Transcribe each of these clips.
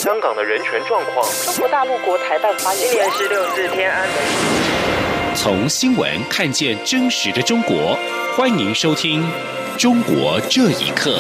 香港的人权状况。 中国大陆国台办发言人， 今年是64天安门。 从新闻看见真实的中国，欢迎收听《中国这一刻》。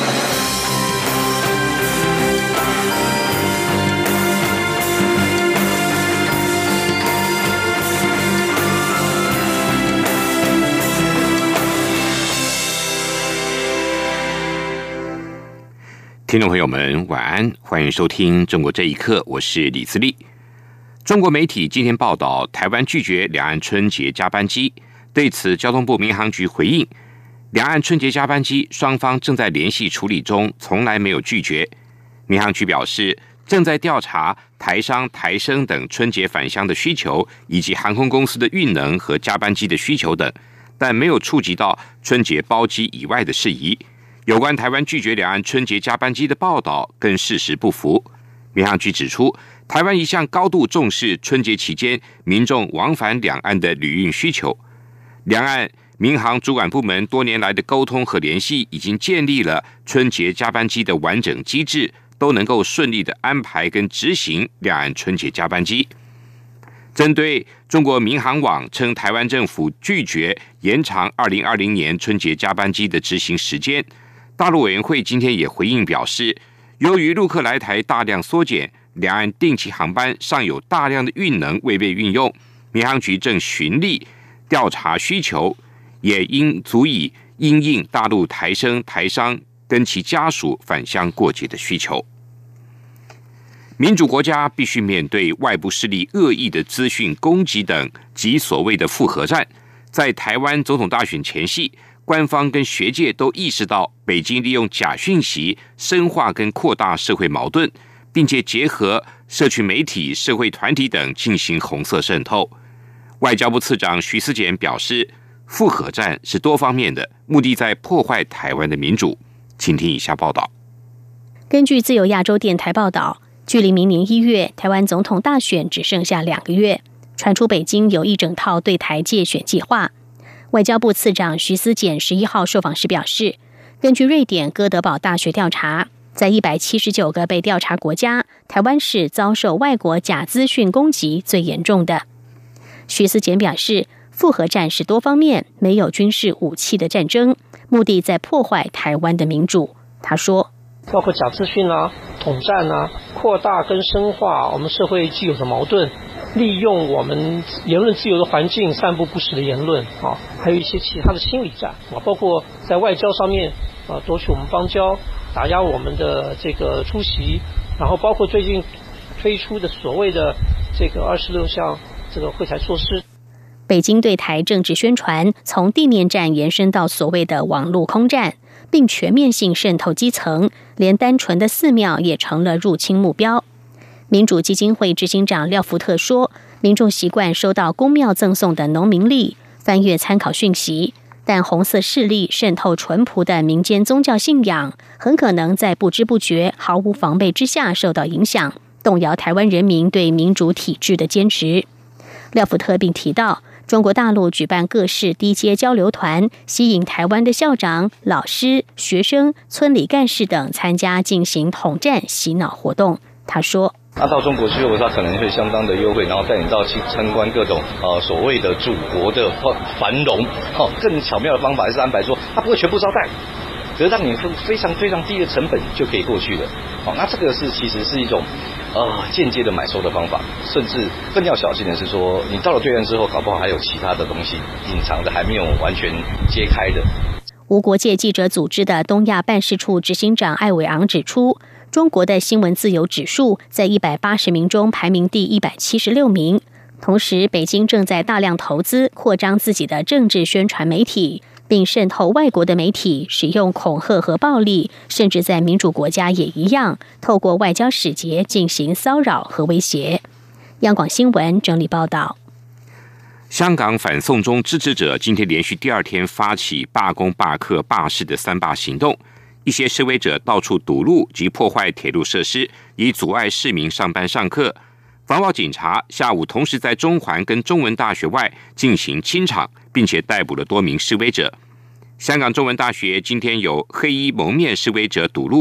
听众朋友们，晚安，欢迎收听《中国这一刻》，我是李自立。中国媒体今天报道，台湾拒绝两岸春节加班机。对此，交通部民航局回应，两岸春节加班机双方正在联系处理中，从来没有拒绝。民航局表示，正在调查台商、台生等春节返乡的需求，以及航空公司的运能和加班机的需求等，但没有触及到春节包机以外的事宜。有关台湾拒绝两岸春节加班机的报道跟事实不符。民航局指出，台湾一向高度重视春节期间民众往返两岸的旅运需求。两岸民航主管部门多年来的沟通和联系，已经建立了春节加班机的完整机制，都能够顺利的安排跟执行两岸春节加班机。针对中国民航网称台湾政府拒绝延长2020年春节加班机的执行时间，大陆委员会今天也回应表示，由于陆客来台大量缩减，两岸定期航班尚有大量的运能未被运用，民航局正循例调查需求，也应足以因应大陆台生、台商跟其家属返乡过节的需求。民主国家必须面对外部势力恶意的资讯攻击等及所谓的复合战。在台湾总统大选前夕，官方跟学界都意识到，北京利用假讯息深化跟扩大社会矛盾，并且结合社区媒体、社会团体等进行红色渗透。外交部次长徐思俭表示，复合战是多方面的，目的在破坏台湾的民主。请听以下报道。 根据自由亚洲电台报道，距离明年1月台湾总统大选只剩下2个月，传出北京有一整套对台介选计划。外交部次长徐思俭11号受访时表示，根据瑞典哥德堡大学调查，在179个被调查国家，台湾是遭受外国假资讯攻击最严重的。徐思俭表示，复合战是多方面没有军事武器的战争，目的在破坏台湾的民主。他说， 包括假资讯啊、统战啊、扩大跟深化我们社会既有的矛盾，利用我们言论自由的环境散布不实的言论啊，还有一些其他的心理战啊，包括在外交上面啊，夺取我们邦交，打压我们的这个出席，然后包括最近推出的所谓的这个26项这个惠台措施。 北京对台政治宣传从地面战延伸到所谓的网络空战，并全面性渗透基层，连单纯的寺庙也成了入侵目标。民主基金会执行长廖福特说，民众习惯收到公庙赠送的农民历，翻阅参考讯息，但红色势力渗透淳朴的民间宗教信仰，很可能在不知不觉、毫无防备之下受到影响，动摇台湾人民对民主体制的坚持。廖福特并提到，中国大陆举办各式低阶交流团，吸引台湾的校长、老师、学生、村里干事等参加进行统战洗脑活动。他说， 到中国之后，他可能会相当的优惠，然后带你到去参观各种所谓的祖国的繁荣。更巧妙的方法是安排说，他不会全部招待，只是让你非常非常低的成本就可以过去的。那这个其实是一种间接的买收的方法，甚至更要小心的是说，你到了对岸之后，搞不好还有其他的东西隐藏的还没有完全揭开的。 无国界记者组织的东亚办事处执行长艾伟昂指出，中国的新闻自由指数在180名中排名第176名。同时，北京正在大量投资扩张自己的政治宣传媒体，并渗透外国的媒体，使用恐吓和暴力，甚至在民主国家也一样，透过外交使节进行骚扰和威胁。央广新闻整理报道。 香港反送中支持者今天连续第2天发起罢工、罢课、罢市的3罢行动，一些示威者到处堵路及破坏铁路设施，以阻碍市民上班上课。防暴警察下午同时在中环跟中文大学外进行清场，并且逮捕了多名示威者。香港中文大学今天有黑衣蒙面示威者堵路，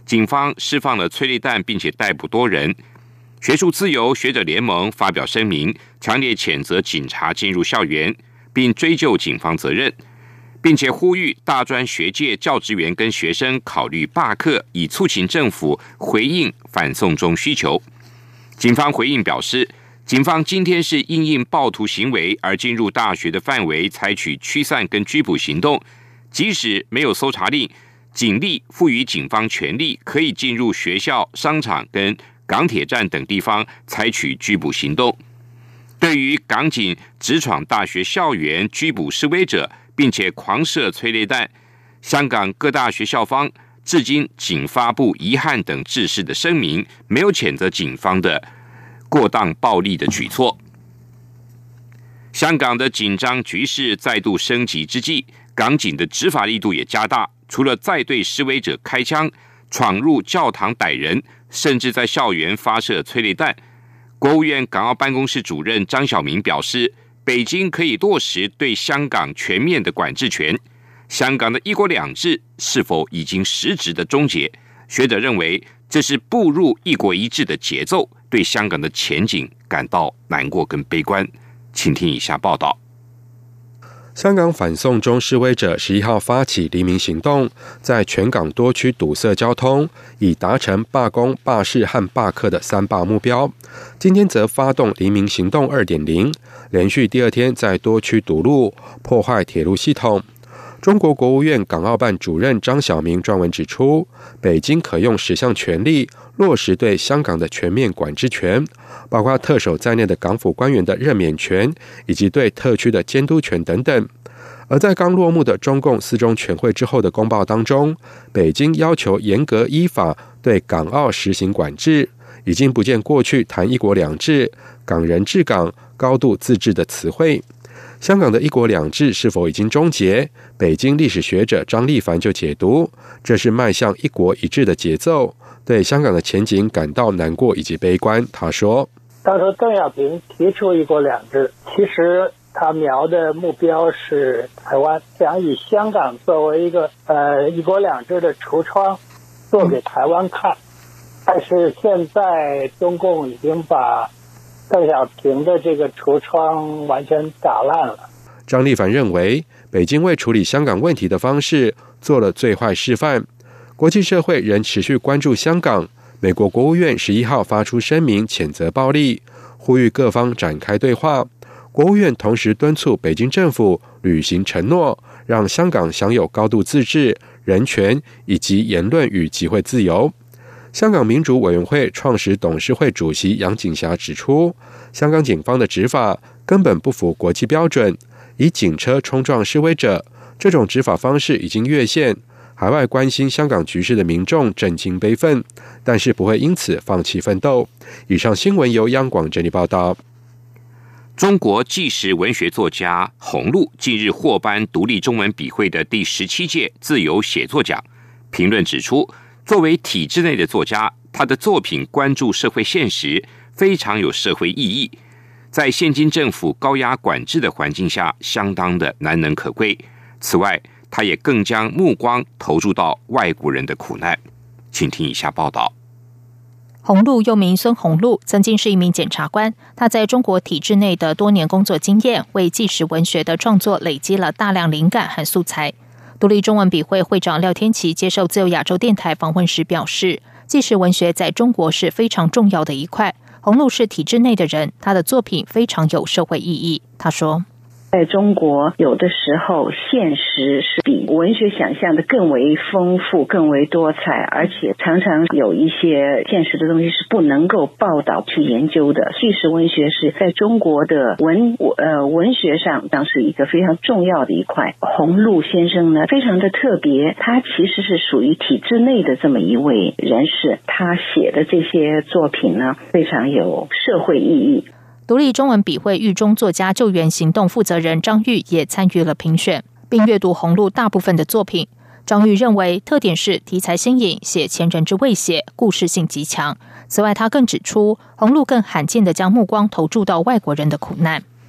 警方释放了催泪弹，并且逮捕多人。学术自由学者联盟发表声明，强烈谴责警察进入校园，并追究警方责任，并且呼吁大专学界教职员跟学生考虑罢课，以促请政府回应反送中需求。警方回应表示，警方今天是因应暴徒行为而进入大学的范围，采取驱散跟拘捕行动，即使没有搜查令，警力赋予警方权力，可以进入学校、商场跟港铁站等地方采取拘捕行动。对于港警直闯大学校园拘捕示威者，并且狂射催泪弹，香港各大学校方至今仅发布遗憾等致释的声明，没有谴责警方的过当暴力的举措。香港的紧张局势再度升级之际，港警的执法力度也加大，除了再对示威者开枪、闯入教堂逮人，甚至在校园发射催泪弹。国务院港澳办公室主任张晓明表示，北京可以落实对香港全面的管制权。香港的一国两制是否已经实质的终结？学者认为，这是步入一国一制的节奏，对香港的前景感到难过跟悲观。请听以下报道。 香港反送中示威者11号发起黎明行动，在全港多区堵塞交通，以达成罢工、罢市和罢课的3罢目标。今天则发动黎明行动 2.0， 连续第2天在多区堵路，破坏铁路系统。中国国务院港澳办主任张晓明撰文指出，北京可用10项权力落实对香港的全面管制权，包括特首在内的港府官员的任免权，以及对特区的监督权等等。而在刚落幕的中共4中全会之后的公报当中，北京要求严格依法对港澳实行管制，已经不见过去谈一国两制、港人治港、高度自治的词汇。香港的一国两制是否已经终结？北京历史学者张立凡就解读，这是迈向一国一制的节奏，对香港的前景感到难过以及悲观。他说， 当时邓小平提出一国两制，其实他瞄的目标是台湾，想以香港作为一个一国两制的橱窗做给台湾看。但是现在中共已经把邓小平的这个橱窗完全打烂了。 张立凡认为，北京为处理香港问题的方式做了最坏示范，国际社会仍持续关注香港。美国国务院11号发出声明谴责暴力，呼吁各方展开对话。国务院同时敦促北京政府履行承诺，让香港享有高度自治、人权以及言论与集会自由。香港民主委员会创始董事会主席杨景霞指出，香港警方的执法根本不符国际标准，以警车冲撞示威者，这种执法方式已经越线。海外关心香港局势的民众震惊悲愤，但是不会因此放弃奋斗。以上新闻由央广整理报道。 中国纪实文学作家洪路近日获颁独立中文笔会的第17届自由写作奖。评论指出，作为体制内的作家，他的作品关注社会现实，非常有社会意义，在现今政府高压管制的环境下，相当的难能可贵。此外，他也更将目光投注到外国人的苦难。请听以下报道。 洪路又名孙洪路，曾经是一名检察官。他在中国体制内的多年工作经验，为纪实文学的创作累积了大量灵感和素材。独立中文笔会会长廖天琪接受自由亚洲电台访问时表示，纪实文学在中国是非常重要的一块。洪路是体制内的人，他的作品非常有社会意义。他说， 在中国，有的时候现实是比文学想象的更为丰富、更为多彩，而且常常有一些现实的东西是不能够报道去研究的。纪实文学是在中国的文学上当是一个非常重要的一块。洪路先生呢，非常的特别，他其实是属于体制内的这么一位人士，他写的这些作品呢，非常有社会意义。 独立中文笔会狱中作家救援行动负责人张玉也参与了评选，并阅读洪路大部分的作品。张玉认为特点是题材新颖，写前人之未写，故事性极强。此外，他更指出，洪路更罕见地将目光投注到外国人的苦难。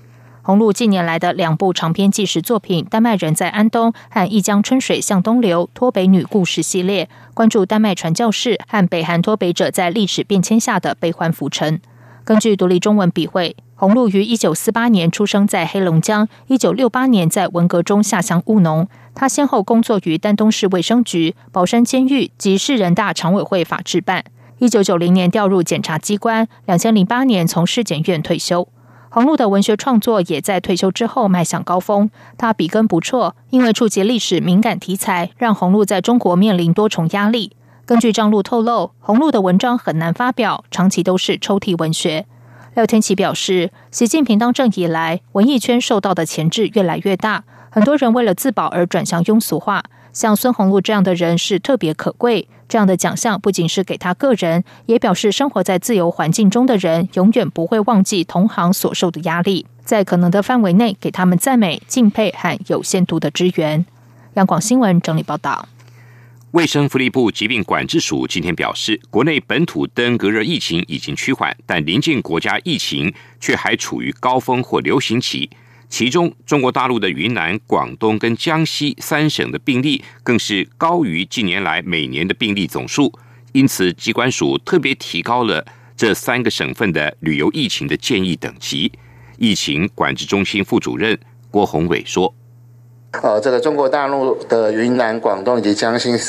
宏陆近年来的2部长篇纪实作品《丹麦人在安东》和《一江春水向东流》脱北女故事系列，关注丹麦传教士和北韩脱北者在历史变迁下的悲欢浮沉。根据独立中文笔会，宏陆于1948年出生在黑龙江，1968年在文革中下乡务农。他先后工作于丹东市卫生局、宝山监狱及市人大常委会法制办。1990年调入检察机关，2008年从市检院退休。宏陆的文学创作也在退休之后迈向高峰。他笔耕不辍，因为触及历史敏感题材，让宏陆在中国面临多重压力。根据张璐透露，宏陆的文章很难发表，长期都是抽屉文学。廖天琪表示，习近平当政以来，文艺圈受到的钳制越来越大，很多人为了自保而转向庸俗化。像孙宏陆这样的人是特别可贵，这样的奖项不仅是给他个人，也表示生活在自由环境中的人永远不会忘记同行所受的压力，在可能的范围内给他们赞美、敬佩和有限度的支援。央广新闻整理报道。 卫生福利部疾病管制署今天表示，国内本土登革热疫情已经趋缓，但邻近国家疫情却还处于高峰或流行期。其中，中国大陆的云南、广东跟江西3省的病例更是高于近年来每年的病例总数，因此疾管署特别提高了这3个省份的旅游疫情的建议等级。疫情管制中心副主任郭宏伟说： 这个中国大陆的云南、广东以及江西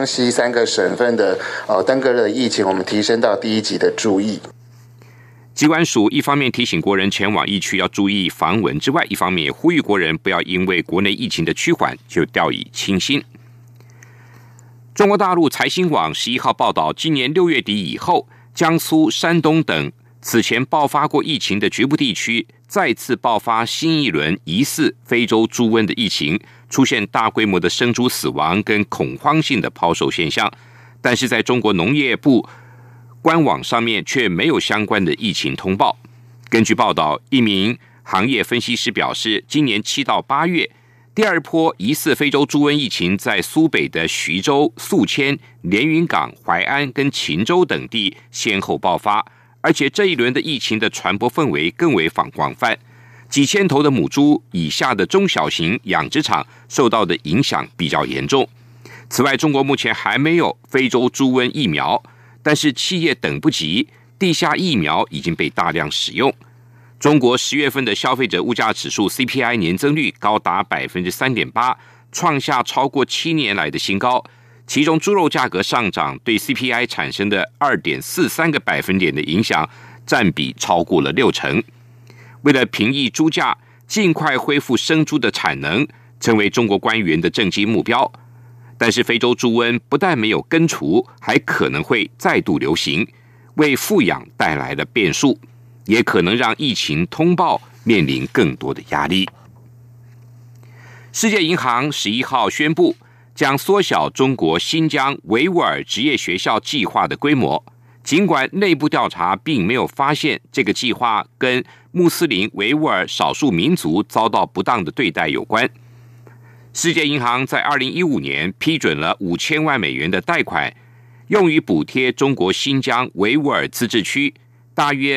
3个省份的登革热疫情，我们提升到第1级的注意。 疾管署一方面提醒国人前往疫区要注意防蚊之外，一方面也呼吁国人不要因为国内疫情的趋缓就掉以轻心。中国大陆财新网11号报道，今年6月底以后，江苏、山东等此前爆发过疫情的局部地区再次爆发新一轮疑似非洲猪瘟的疫情，出现大规模的生猪死亡跟恐慌性的抛售现象，但是在中国农业部官网上面却没有相关的疫情通报。根据报道，一名行业分析师表示，今年7到8月，第2波疑似非洲猪瘟疫情在苏北的徐州、宿迁、连云港、淮安跟秦州等地先后爆发，而且这一轮的疫情的传播氛围更为广泛，几千头的母猪以下的中小型养殖场受到的影响比较严重。此外，中国目前还没有非洲猪瘟疫苗，但是企业等不及，地下疫苗已经被大量使用。中国10月份的消费者物价指数 CPI 年增率高达 3.8%， 创下超过7年来的新高。其中猪肉价格上涨对 CPI 产生的 2.43个百分点的影响占比超过了60%。为了平抑猪价，尽快恢复生猪的产能，成为中国官员的政绩目标。但是非洲猪瘟不但没有根除，还可能会再度流行，为富养带来了变数，也可能让疫情通报面临更多的压力。世界银行11号宣布，将缩小中国新疆维吾尔职业学校计划的规模，尽管内部调查并没有发现这个计划跟穆斯林维吾尔少数民族遭到不当的对待有关。世界银行在2015年批准了5000万美元的贷款，用于补贴中国新疆维吾尔自治区大约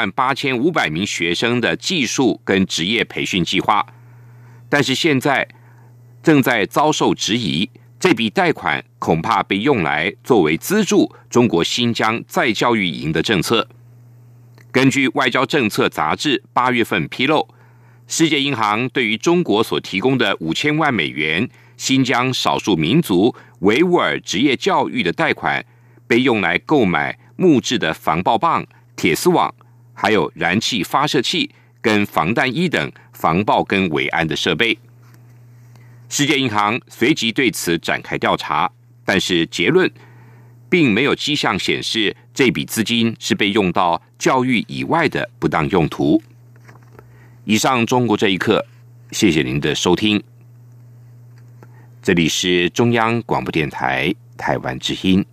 48500名学生的技术跟职业培训计划。但是现在正在遭受质疑，这笔贷款恐怕被用来作为资助中国新疆再教育营的政策。根据外交政策杂志8月份披露，世界银行对于中国所提供的5000万美元新疆少数民族维吾尔职业教育的贷款，被用来购买木质的防爆棒、铁丝网，还有燃气发射器跟防弹衣等防爆跟维安的设备。世界银行随即对此展开调查，但是结论并没有迹象显示这笔资金是被用到教育以外的不当用途。以上中国这一刻，谢谢您的收听。这里是中央广播电台台湾之音。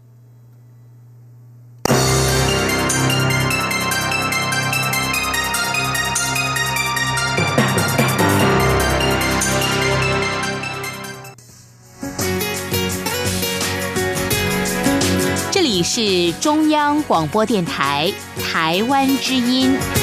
这里是中央广播电台台湾之音。